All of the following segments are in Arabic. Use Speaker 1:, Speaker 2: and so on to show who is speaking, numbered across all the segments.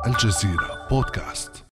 Speaker 1: الجزيرة بودكاست.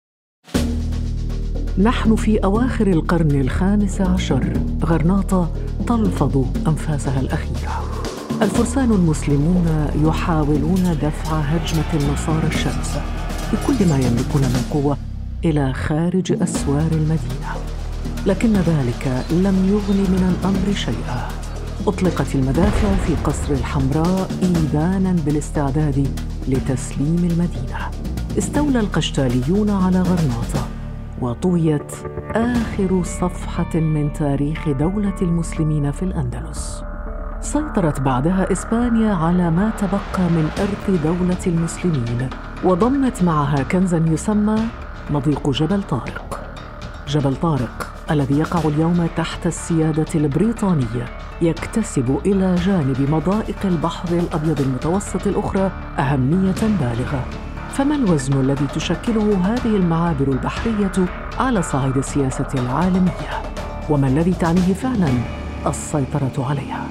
Speaker 2: نحن في أواخر القرن ال15، غرناطة تلفظ أنفاسها الأخيرة. الفرسان المسلمون يحاولون دفع هجمة النصارى الشرسة بكل ما يملكون من قوة إلى خارج أسوار المدينة، لكن ذلك لم يغن من الأمر شيئا. أطلقت المدافع في قصر الحمراء إيذاناً بالاستعداد لتسليم المدينة. استولى القشتاليون على غرناطة وطويت آخر صفحة من تاريخ دولة المسلمين في الأندلس. سيطرت بعدها إسبانيا على ما تبقى من إرث دولة المسلمين، وضمت معها كنزاً يسمى مضيق جبل طارق. جبل طارق الذي يقع اليوم تحت السيادة البريطانية يكتسب إلى جانب مضائق البحر الأبيض المتوسط الأخرى أهمية بالغة. فما الوزن الذي تشكله هذه المعابر البحرية على صعيد السياسة العالمية؟ وما الذي تعنيه فعلاً السيطرة عليها؟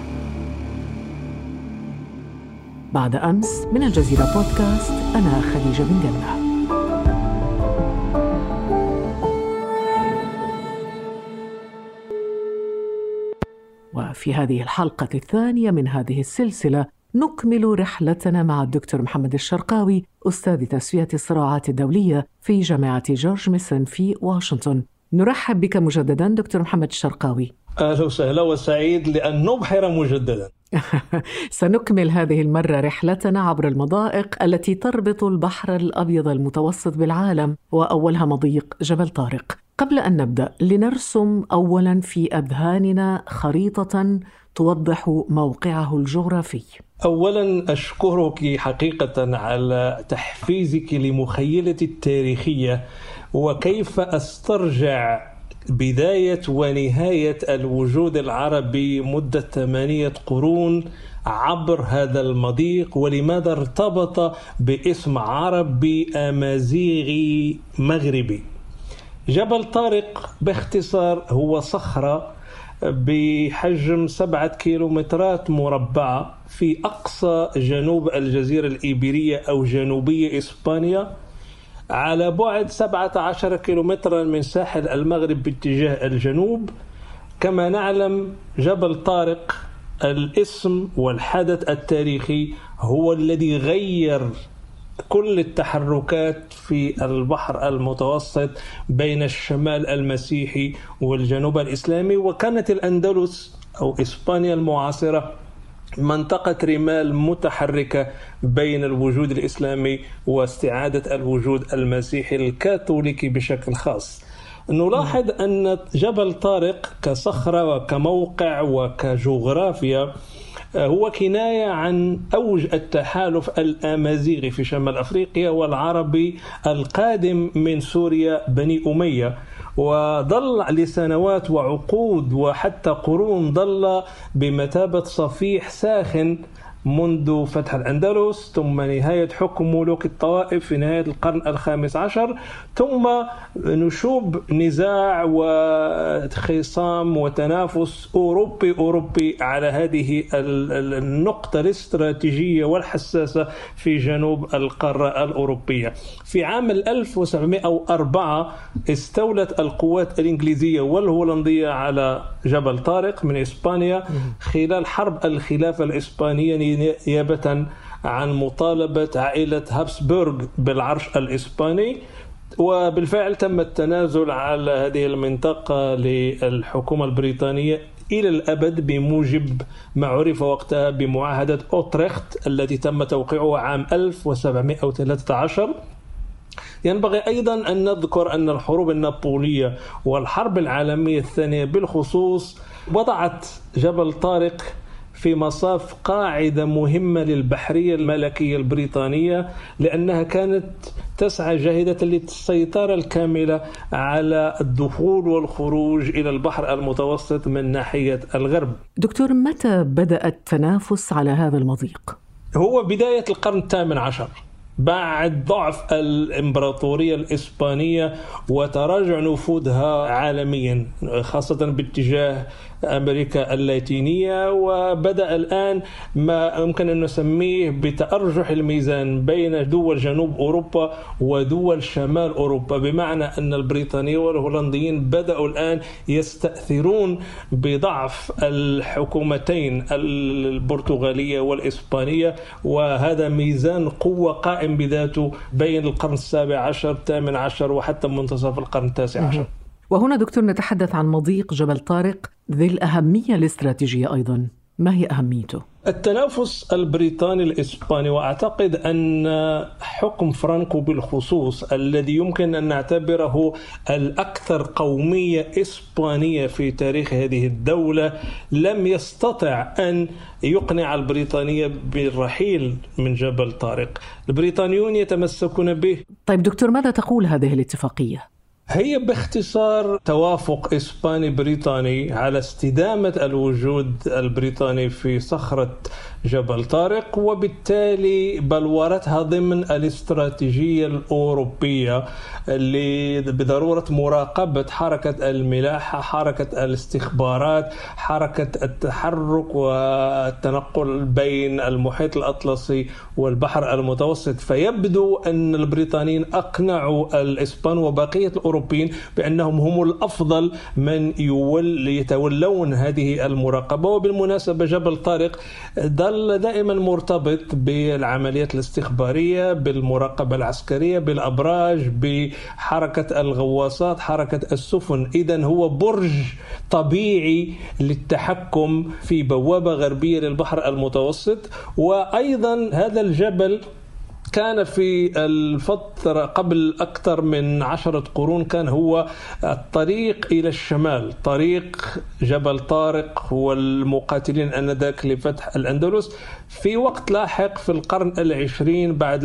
Speaker 2: بعد أمس من الجزيرة بودكاست، أنا خديجة بن جنة. وفي هذه الحلقة الثانية من هذه السلسلة نكمل رحلتنا مع الدكتور محمد الشرقاوي، أستاذ تسوية الصراعات الدولية في جامعة جورج ميسون في واشنطن. نرحب بك مجددا دكتور محمد الشرقاوي.
Speaker 3: أهلا وسهلا وسعيد لأن نبحر مجددا.
Speaker 2: سنكمل هذه المرة رحلتنا عبر المضائق التي تربط البحر الأبيض المتوسط بالعالم، وأولها مضيق جبل طارق. قبل أن نبدأ، لنرسم أولاً في أذهاننا خريطة توضح موقعه الجغرافي.
Speaker 3: أولاً أشكرك حقيقة على تحفيزك لمخيلتي التاريخية وكيف أسترجع بداية ونهاية الوجود العربي مدة 8 قرون عبر هذا المضيق، ولماذا ارتبط باسم عربي أمازيغي مغربي. جبل طارق باختصار هو صخرة بحجم 7 كيلومترات مربعة في أقصى جنوب الجزيرة الإيبيرية أو جنوبية إسبانيا، على بعد 17 كيلومترا من ساحل المغرب باتجاه الجنوب. كما نعلم جبل طارق الاسم والحدث التاريخي هو الذي غير كل التحركات في البحر المتوسط بين الشمال المسيحي والجنوب الإسلامي، وكانت الأندلس أو إسبانيا المعاصرة منطقة رمال متحركة بين الوجود الإسلامي واستعادة الوجود المسيحي الكاثوليكي بشكل خاص. نلاحظ أن جبل طارق كصخرة وكموقع وكجغرافيا هو كناية عن أوج التحالف الأمازيغي في شمال أفريقيا والعربي القادم من سوريا بني أمية، وظل لسنوات وعقود وحتى قرون ظل بمثابة صفيح ساخن منذ فتح الأندلس، ثم نهاية حكم ملوك الطوائف في نهاية القرن ال15، ثم نشوب نزاع وخصام وتنافس أوروبي على هذه النقطة الاستراتيجية والحساسة في جنوب القارة الأوروبية. في عام 1704 استولت القوات الإنجليزية والهولندية على جبل طارق من إسبانيا خلال حرب الخلافة الإسبانية نيابة عن مطالبة عائلة هابسبورغ بالعرش الإسباني، وبالفعل تم التنازل على هذه المنطقة للحكومة البريطانية إلى الأبد بموجب ما عرف وقتها بمعاهدة أوتريخت التي تم توقيعها عام 1713. ينبغي أيضا أن نذكر أن الحروب النابلسية والحرب العالمية الثانية بالخصوص وضعت جبل طارق في مصاف قاعدة مهمة للبحرية الملكية البريطانية، لأنها كانت تسعى جاهدة للسيطرة الكاملة على الدخول والخروج إلى البحر المتوسط من ناحية الغرب.
Speaker 2: دكتور، متى بدأ التنافس على هذا المضيق؟
Speaker 3: هو بداية القرن 18. بعد ضعف الإمبراطورية الإسبانية وتراجع نفوذها عالميا خاصة باتجاه أمريكا اللاتينية، وبدأ الآن ما يمكن أن نسميه بتأرجح الميزان بين دول جنوب أوروبا ودول شمال أوروبا، بمعنى أن البريطانيين والهولنديين بدأوا الآن يستأثرون بضعف الحكومتين البرتغالية والإسبانية، وهذا ميزان قوة قائم بذاته بين القرن السابع عشر الثامن عشر وحتى منتصف القرن التاسع عشر.
Speaker 2: وهنا دكتور نتحدث عن مضيق جبل طارق ذي الأهمية الاستراتيجية أيضا، ما هي أهميته؟
Speaker 3: التنافس البريطاني الإسباني، وأعتقد أن حكم فرانكو بالخصوص الذي يمكن أن نعتبره الأكثر قومية إسبانية في تاريخ هذه الدولة لم يستطع أن يقنع البريطانية بالرحيل من جبل طارق. البريطانيون يتمسكون به.
Speaker 2: طيب دكتور، ماذا تقول هذه الاتفاقية؟
Speaker 3: هي باختصار توافق إسباني بريطاني على استدامة الوجود البريطاني في صخرة جبل طارق، وبالتالي بلورتها ضمن الاستراتيجية الأوروبية اللي بضرورة مراقبة حركة الملاحة، حركة الاستخبارات، حركة التحرك والتنقل بين المحيط الأطلسي والبحر المتوسط. فيبدو أن البريطانيين أقنعوا الإسبان وبقية الأوروبيين بأنهم هم الأفضل من يتولون هذه المراقبة. وبالمناسبة جبل طارق ظل دائما مرتبط بالعمليات الاستخبارية، بالمراقبة العسكرية، بالأبراج، بحركة الغواصات، حركة السفن. إذن هو برج طبيعي للتحكم في بوابة غربية للبحر المتوسط. وأيضا هذا الجبل كان في الفترة قبل أكثر من 10 قرون كان هو الطريق إلى الشمال، طريق جبل طارق والمقاتلين آنذاك لفتح الأندلس. في وقت لاحق في القرن العشرين بعد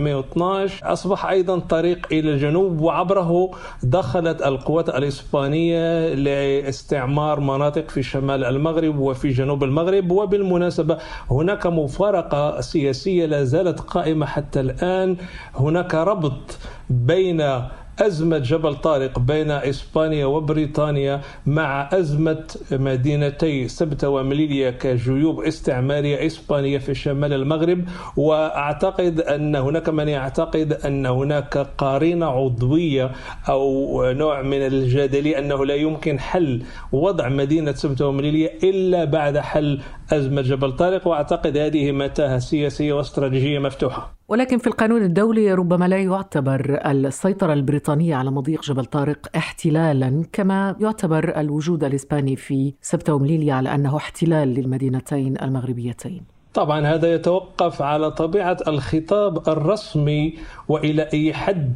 Speaker 3: 1912 أصبح أيضا طريق إلى الجنوب، وعبره دخلت القوات الإسبانية لاستعمار مناطق في شمال المغرب وفي جنوب المغرب. وبالمناسبة هناك مفارقة سياسية لا زالت قائمة حتى الآن. هناك ربط بين أزمة جبل طارق بين إسبانيا وبريطانيا مع أزمة مدينتي سبتة ومليليا كجيوب استعمارية إسبانية في شمال المغرب. وأعتقد أن هناك من يعتقد أن هناك قارنة عضوية أو نوع من الجدلية أنه لا يمكن حل وضع مدينة سبتة ومليليا إلا بعد حل أزمة جبل طارق. وأعتقد هذه متاهة سياسية واستراتيجية مفتوحة.
Speaker 2: ولكن في القانون الدولي ربما لا يعتبر السيطرة البريطانية على مضيق جبل طارق احتلالا، كما يعتبر الوجود الإسباني في سبتة ومليليا على أنه احتلال للمدينتين المغربيتين.
Speaker 3: طبعا هذا يتوقف على طبيعة الخطاب الرسمي وإلى أي حد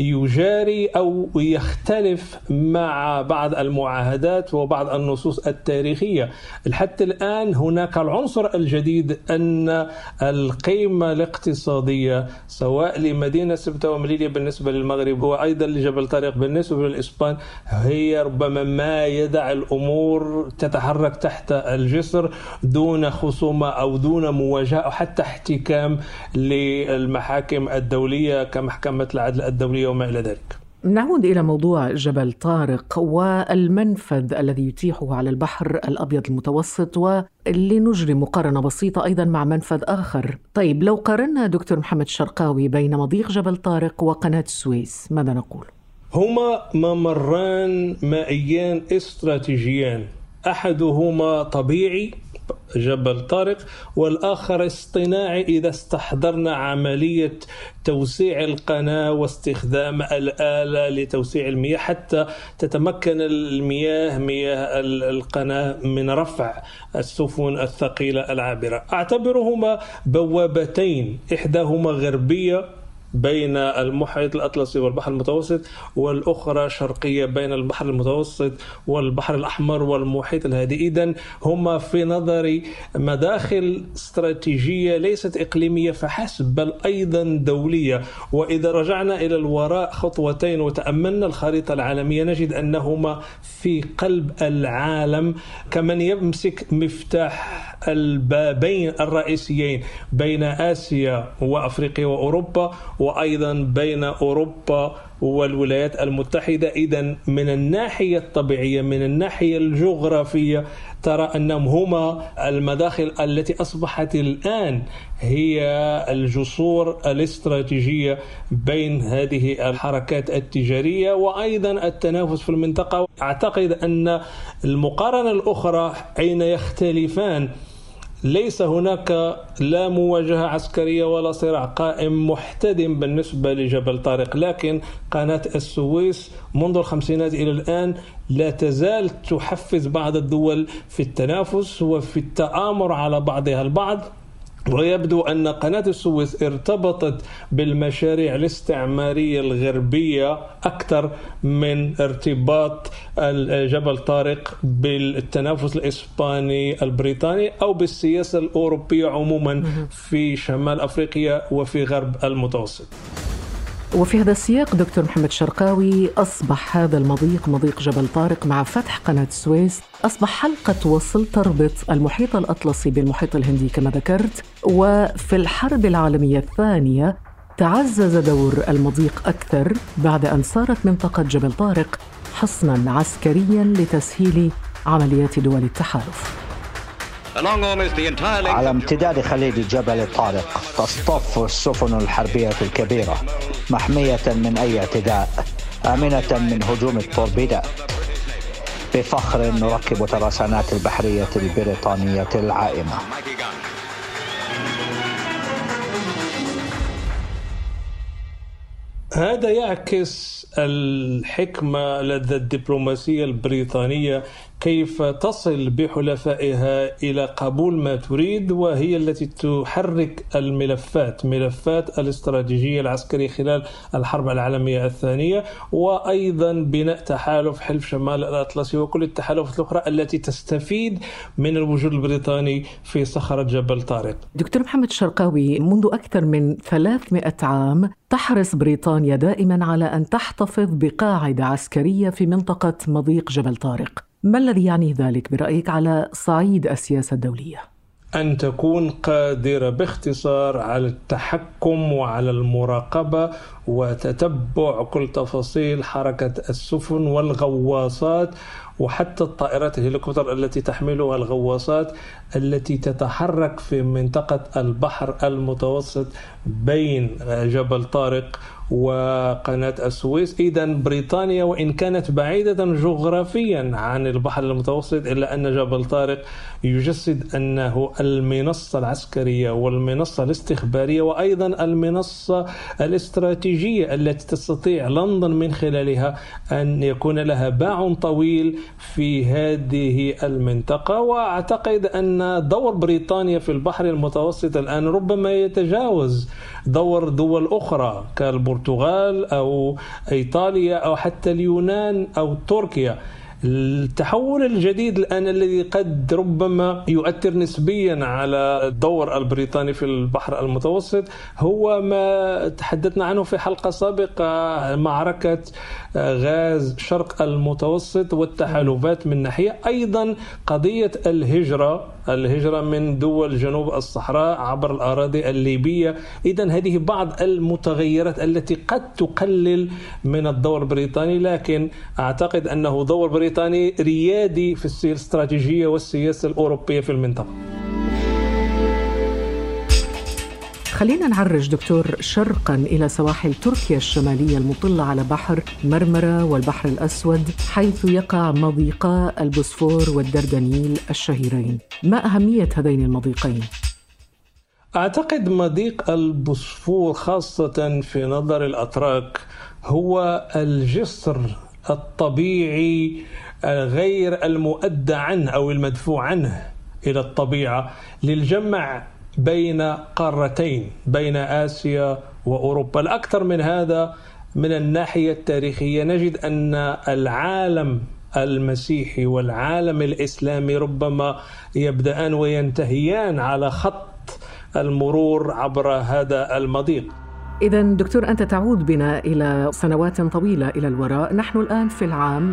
Speaker 3: يجاري أو يختلف مع بعض المعاهدات وبعض النصوص التاريخية. حتى الآن هناك العنصر الجديد أن القيمة الاقتصادية سواء لمدينة سبتة ومليليا بالنسبة للمغرب وأيضا لجبل طارق بالنسبة للإسبان هي ربما ما يدع الأمور تتحرك تحت الجسر دون خصومة أو دون مواجهة أو حتى احتكام للمحاكم الدولية كمحكمة العدل الدولية وما إلى ذلك.
Speaker 2: نعود إلى موضوع جبل طارق والمنفذ الذي يتيحه على البحر الأبيض المتوسط، ولنجري مقارنة بسيطة أيضا مع منفذ آخر. طيب لو قارنا دكتور محمد الشرقاوي بين مضيق جبل طارق وقناة السويس ماذا نقول؟
Speaker 3: هما ممران مائيان استراتيجيان، أحدهما طبيعي جبل طارق والآخر اصطناعي إذا استحضرنا عملية توسيع القناة واستخدام الآلة لتوسيع المياه حتى تتمكن المياه مياه القناة من رفع السفن الثقيلة العابرة. أعتبرهما بوابتين، إحداهما غربية بين المحيط الأطلسي والبحر المتوسط، والأخرى شرقية بين البحر المتوسط والبحر الأحمر والمحيط الهادئ. إذن هما في نظري مداخل استراتيجية ليست إقليمية فحسب بل أيضا دولية. وإذا رجعنا إلى الوراء خطوتين وتأملنا الخريطة العالمية نجد أنهما في قلب العالم كمن يمسك مفتاح البابين الرئيسيين بين آسيا وأفريقيا وأوروبا، وأيضا بين أوروبا والولايات المتحدة. إذن من الناحية الطبيعية من الناحية الجغرافية ترى أنهم هما المداخل التي أصبحت الآن هي الجسور الاستراتيجية بين هذه الحركات التجارية وأيضا التنافس في المنطقة. أعتقد أن المقارنة الأخرى أين يختلفان ليس هناك لا مواجهة عسكرية ولا صراع قائم محتدم بالنسبة لجبل طارق، لكن قناة السويس منذ الخمسينات إلى الآن لا تزال تحفز بعض الدول في التنافس وفي التآمر على بعضها البعض. ويبدو أن قناة السويس ارتبطت بالمشاريع الاستعمارية الغربية أكثر من ارتباط جبل طارق بالتنافس الإسباني البريطاني أو بالسياسة الأوروبية عموما في شمال أفريقيا وفي غرب المتوسط.
Speaker 2: وفي هذا السياق دكتور محمد شرقاوي، أصبح هذا المضيق مضيق جبل طارق مع فتح قناة السويس أصبح حلقة وصل تربط المحيط الأطلسي بالمحيط الهندي كما ذكرت. وفي الحرب العالمية الثانية تعزز دور المضيق أكثر بعد أن صارت منطقة جبل طارق حصناً عسكرياً لتسهيل عمليات دول التحالف.
Speaker 4: على امتداد خليج جبل طارق تصطف السفن الحربية الكبيرة محمية من أي اعتداء، آمنة من هجوم التوربيدات. بفخر نركب ترسانات البحرية البريطانية العائمة.
Speaker 3: هذا يعكس الحكمة لدى الدبلوماسية البريطانية كيف تصل بحلفائها إلى قبول ما تريد، وهي التي تحرك ملفات الاستراتيجية العسكرية خلال الحرب العالمية الثانية، وأيضا بناء تحالف حلف شمال الأطلسي وكل التحالفات الأخرى التي تستفيد من الوجود البريطاني في صخرة جبل طارق.
Speaker 2: دكتور محمد شرقاوي، منذ أكثر من 300 عام تحرص بريطانيا دائما على أن تحتفظ بقاعدة عسكرية في منطقة مضيق جبل طارق. ما الذي يعني ذلك برأيك على صعيد السياسة الدولية؟
Speaker 3: أن تكون قادرة باختصار على التحكم وعلى المراقبة وتتبع كل تفاصيل حركة السفن والغواصات وحتى الطائرات الهليكوبتر التي تحملها الغواصات التي تتحرك في منطقة البحر المتوسط بين جبل طارق وقناة السويس. إذن بريطانيا وإن كانت بعيدة جغرافيا عن البحر المتوسط إلا أن جبل طارق يجسد أنه المنصة العسكرية والمنصة الاستخبارية وأيضا المنصة الاستراتيجية التي تستطيع لندن من خلالها أن يكون لها باع طويل في هذه المنطقة. وأعتقد أن دور بريطانيا في البحر المتوسط الآن ربما يتجاوز دور دول أخرى كالبرتغال أو إيطاليا أو حتى اليونان أو تركيا. التحول الجديد الآن الذي قد ربما يؤثر نسبيا على الدور البريطاني في البحر المتوسط هو ما تحدثنا عنه في حلقة سابقة، معركة غاز شرق المتوسط والتحالفات من ناحية، أيضا قضية الهجرة من دول جنوب الصحراء عبر الأراضي الليبية. إذن هذه بعض المتغيرات التي قد تقلل من الدور البريطاني، لكن أعتقد أنه دور بريطاني ريادي في الاستراتيجية والسياسة الأوروبية في المنطقة.
Speaker 2: خلينا نعرج دكتور شرقا إلى سواحل تركيا الشمالية المطلة على بحر مرمرة والبحر الأسود، حيث يقع مضيقا البوسفور والدردنيل الشهيرين. ما أهمية هذين المضيقين؟
Speaker 3: أعتقد مضيق البوسفور خاصة في نظر الأتراك هو الجسر الطبيعي غير المؤدى عنه أو المدفوع عنه إلى الطبيعة للجمع بين قارتين، بين آسيا وأوروبا. الأكثر من هذا، من الناحية التاريخية نجد أن العالم المسيحي والعالم الإسلامي ربما يبدأان وينتهيان على خط المرور عبر هذا المضيق.
Speaker 2: إذن دكتور، أنت تعود بنا إلى سنوات طويلة إلى الوراء. نحن الآن في العام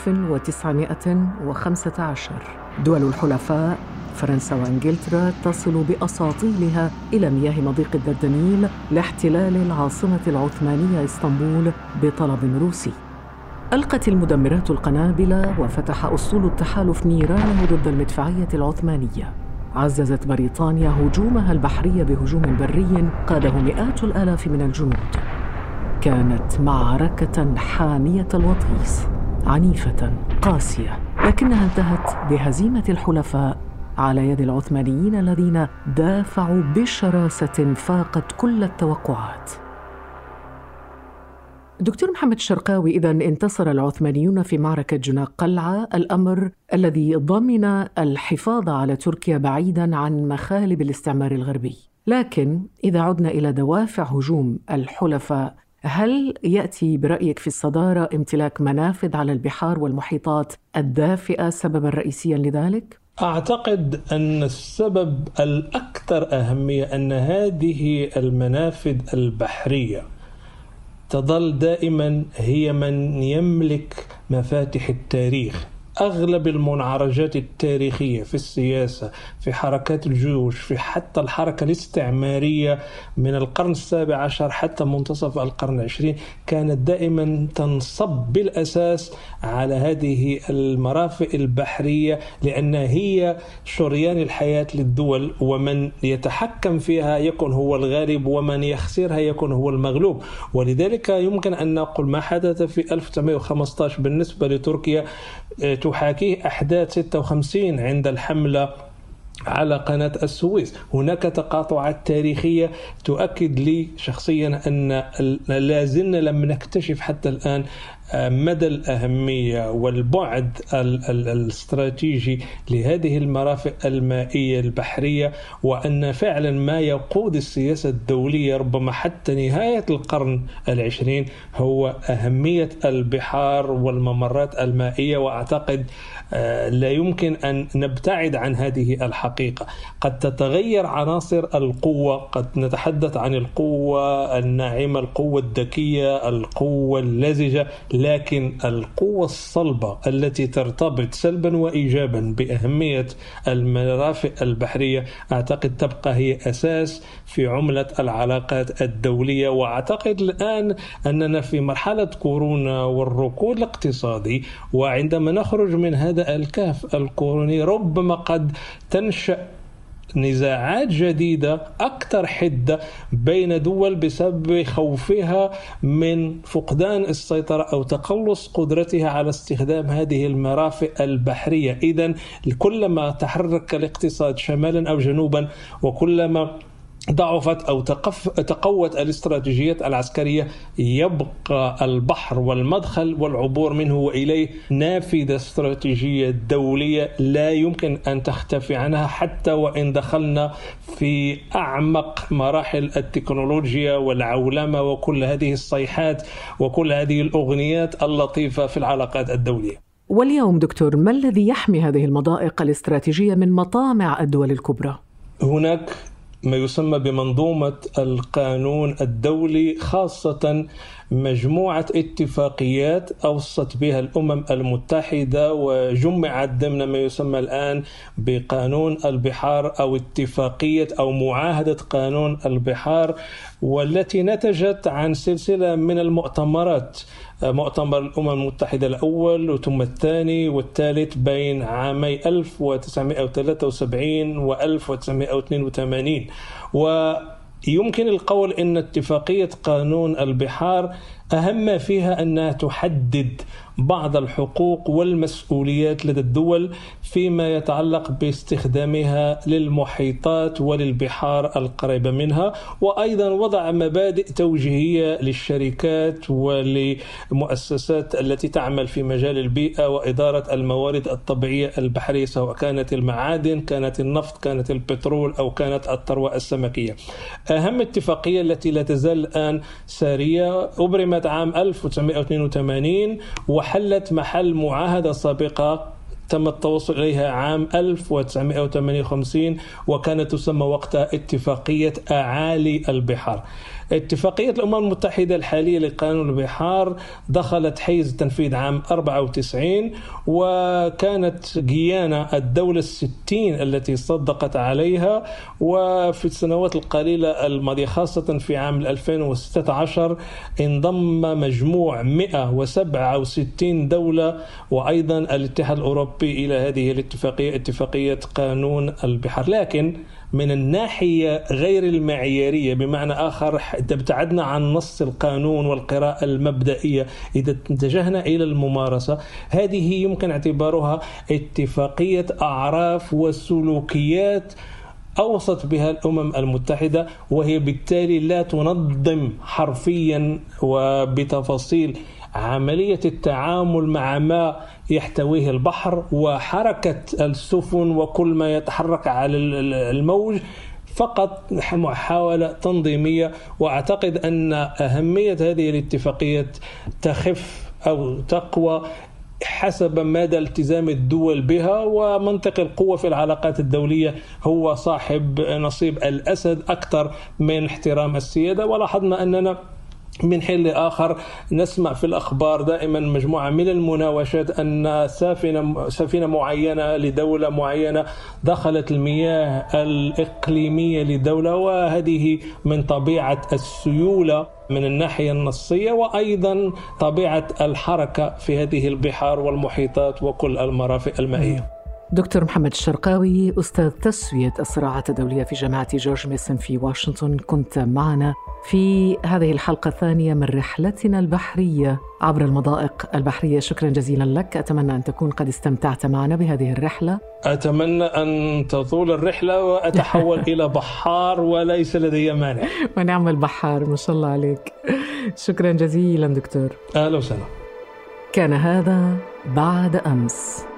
Speaker 2: 1915. دول الحلفاء فرنسا وإنجلترا تصل بأساطيلها إلى مياه مضيق الدردنيل لاحتلال العاصمة العثمانية إسطنبول بطلب روسي. ألقت المدمرات القنابل وفتح أسطول التحالف نيرانه ضد المدفعية العثمانية. عززت بريطانيا هجومها البحري بهجوم بري قاده مئات الآلاف من الجنود. كانت معركة حامية الوطيس، عنيفة قاسية، لكنها انتهت بهزيمة الحلفاء على يد العثمانيين الذين دافعوا بشراسة فاقت كل التوقعات. دكتور محمد الشرقاوي، إذن انتصر العثمانيون في معركة جناق قلعة، الأمر الذي ضمن الحفاظ على تركيا بعيداً عن مخالب الاستعمار الغربي. لكن إذا عدنا إلى دوافع هجوم الحلفاء، هل يأتي برأيك في الصدارة امتلاك منافذ على البحار والمحيطات الدافئة سبباً رئيسياً لذلك؟
Speaker 3: أعتقد أن السبب الأكثر أهمية أن هذه المنافذ البحرية تظل دائما هي من يملك مفاتيح التاريخ. أغلب المنعرجات التاريخية في السياسة، في حركات الجيوش، في حتى الحركة الاستعمارية من القرن 17 حتى منتصف القرن 20 كانت دائما تنصب بالأساس على هذه المرافق البحرية، لأن هي شريان الحياة للدول، ومن يتحكم فيها يكون هو الغالب ومن يخسرها يكون هو المغلوب. ولذلك يمكن أن نقول ما حدث في 1915 بالنسبة لتركيا تحاكيه أحداث 56 عند الحملة على قناة السويس. هناك تقاطعات تاريخية تؤكد لي شخصيا أن لازلنا لم نكتشف حتى الآن مدى الأهمية والبعد الاستراتيجي لهذه المرافق المائية البحرية، وأن فعلا ما يقود السياسة الدولية ربما حتى نهاية القرن 20 هو أهمية البحار والممرات المائية. وأعتقد لا يمكن أن نبتعد عن هذه الحقيقة. قد تتغير عناصر القوة، قد نتحدث عن القوة الناعمة، القوة الذكية، القوة اللزجة، لكن القوة الصلبة التي ترتبط سلبا وإيجابا بأهمية المرافق البحرية أعتقد تبقى هي أساس في عملة العلاقات الدولية. وأعتقد الآن أننا في مرحلة كورونا والركود الاقتصادي، وعندما نخرج من هذا الكهف الكوروني ربما قد تنشأ نزاعات جديدة أكثر حدة بين دول بسبب خوفها من فقدان السيطرة أو تقلص قدرتها على استخدام هذه المرافق البحرية. إذن كلما تحرك الاقتصاد شمالا أو جنوبا، وكلما ضعفت أو تقوت الاستراتيجيات العسكرية، يبقى البحر والمدخل والعبور منه وإليه نافذة استراتيجية دولية لا يمكن أن تختفي عنها، حتى وإن دخلنا في أعمق مراحل التكنولوجيا والعولمة وكل هذه الصيحات وكل هذه الأغنيات اللطيفة في العلاقات الدولية.
Speaker 2: واليوم دكتور، ما الذي يحمي هذه المضائق الاستراتيجية من مطامع الدول الكبرى؟
Speaker 3: هناك ما يسمى بمنظومة القانون الدولي، خاصة مجموعة اتفاقيات أوصت بها الأمم المتحدة وجمعت ضمن ما يسمى الآن بقانون البحار أو اتفاقية أو معاهدة قانون البحار، والتي نتجت عن سلسلة من المؤتمرات، مؤتمر الأمم المتحدة الأول ثم الثاني والثالث بين عامي 1973 و 1982. ويمكن القول إن اتفاقية قانون البحار أهم ما فيها أنها تحدد بعض الحقوق والمسؤوليات لدى الدول فيما يتعلق باستخدامها للمحيطات وللبحار القريبة منها، وأيضا وضع مبادئ توجيهية للشركات ولمؤسسات التي تعمل في مجال البيئة وإدارة الموارد الطبيعية البحرية، سواء كانت المعادن، كانت النفط، كانت البترول، أو كانت الثروة السمكية. أهم اتفاقية التي لا تزال الآن سارية أبرمت عام 1982 وحلت محل معاهدة سابقة تم التوصل إليها عام 1958 وكانت تسمى وقتها اتفاقية أعالي البحار. اتفاقية الأمم المتحدة الحالية لقانون البحار دخلت حيز التنفيذ عام 94، وكانت غيانا الدولة 60 التي صدقت عليها. وفي السنوات القليلة الماضية خاصة في عام 2016 انضم مجموع 167 دولة وأيضا الاتحاد الأوروبي إلى هذه الاتفاقية، اتفاقية قانون البحار. لكن من الناحية غير المعيارية، بمعنى آخر إذا ابتعدنا عن نص القانون والقراءة المبدئية، إذا اتجهنا إلى الممارسة، هذه يمكن اعتبارها اتفاقية أعراف وسلوكيات أوصت بها الأمم المتحدة، وهي بالتالي لا تنظم حرفيا وبتفاصيل عملية التعامل مع ما يحتويه البحر وحركة السفن وكل ما يتحرك على الموج، فقط محاولة تنظيمية. وأعتقد أن أهمية هذه الاتفاقية تخف أو تقوى حسب مدى التزام الدول بها، ومنطق القوة في العلاقات الدولية هو صاحب نصيب الأسد أكثر من احترام السيادة. ولاحظنا أننا من حين لآخر نسمع في الأخبار دائما مجموعة من المناوشات أن سفينة معينة لدولة معينة دخلت المياه الإقليمية لدولة، وهذه من طبيعة السيولة من الناحية النصية، وأيضا طبيعة الحركة في هذه البحار والمحيطات وكل المرافق المائية.
Speaker 2: دكتور محمد الشرقاوي، أستاذ تسوية الصراعات الدولية في جامعة جورج ميسون في واشنطن، كنت معنا في هذه الحلقة الثانية من رحلتنا البحرية عبر المضائق البحرية. شكرا جزيلا لك، أتمنى أن تكون قد استمتعت معنا بهذه الرحلة.
Speaker 3: أتمنى أن تطول الرحلة وأتحول إلى بحار وليس لدي مانع.
Speaker 2: ونعمل بحار، ما شاء الله عليك. شكرا جزيلا دكتور.
Speaker 3: أهلا وسهلا.
Speaker 2: كان هذا بعد أمس.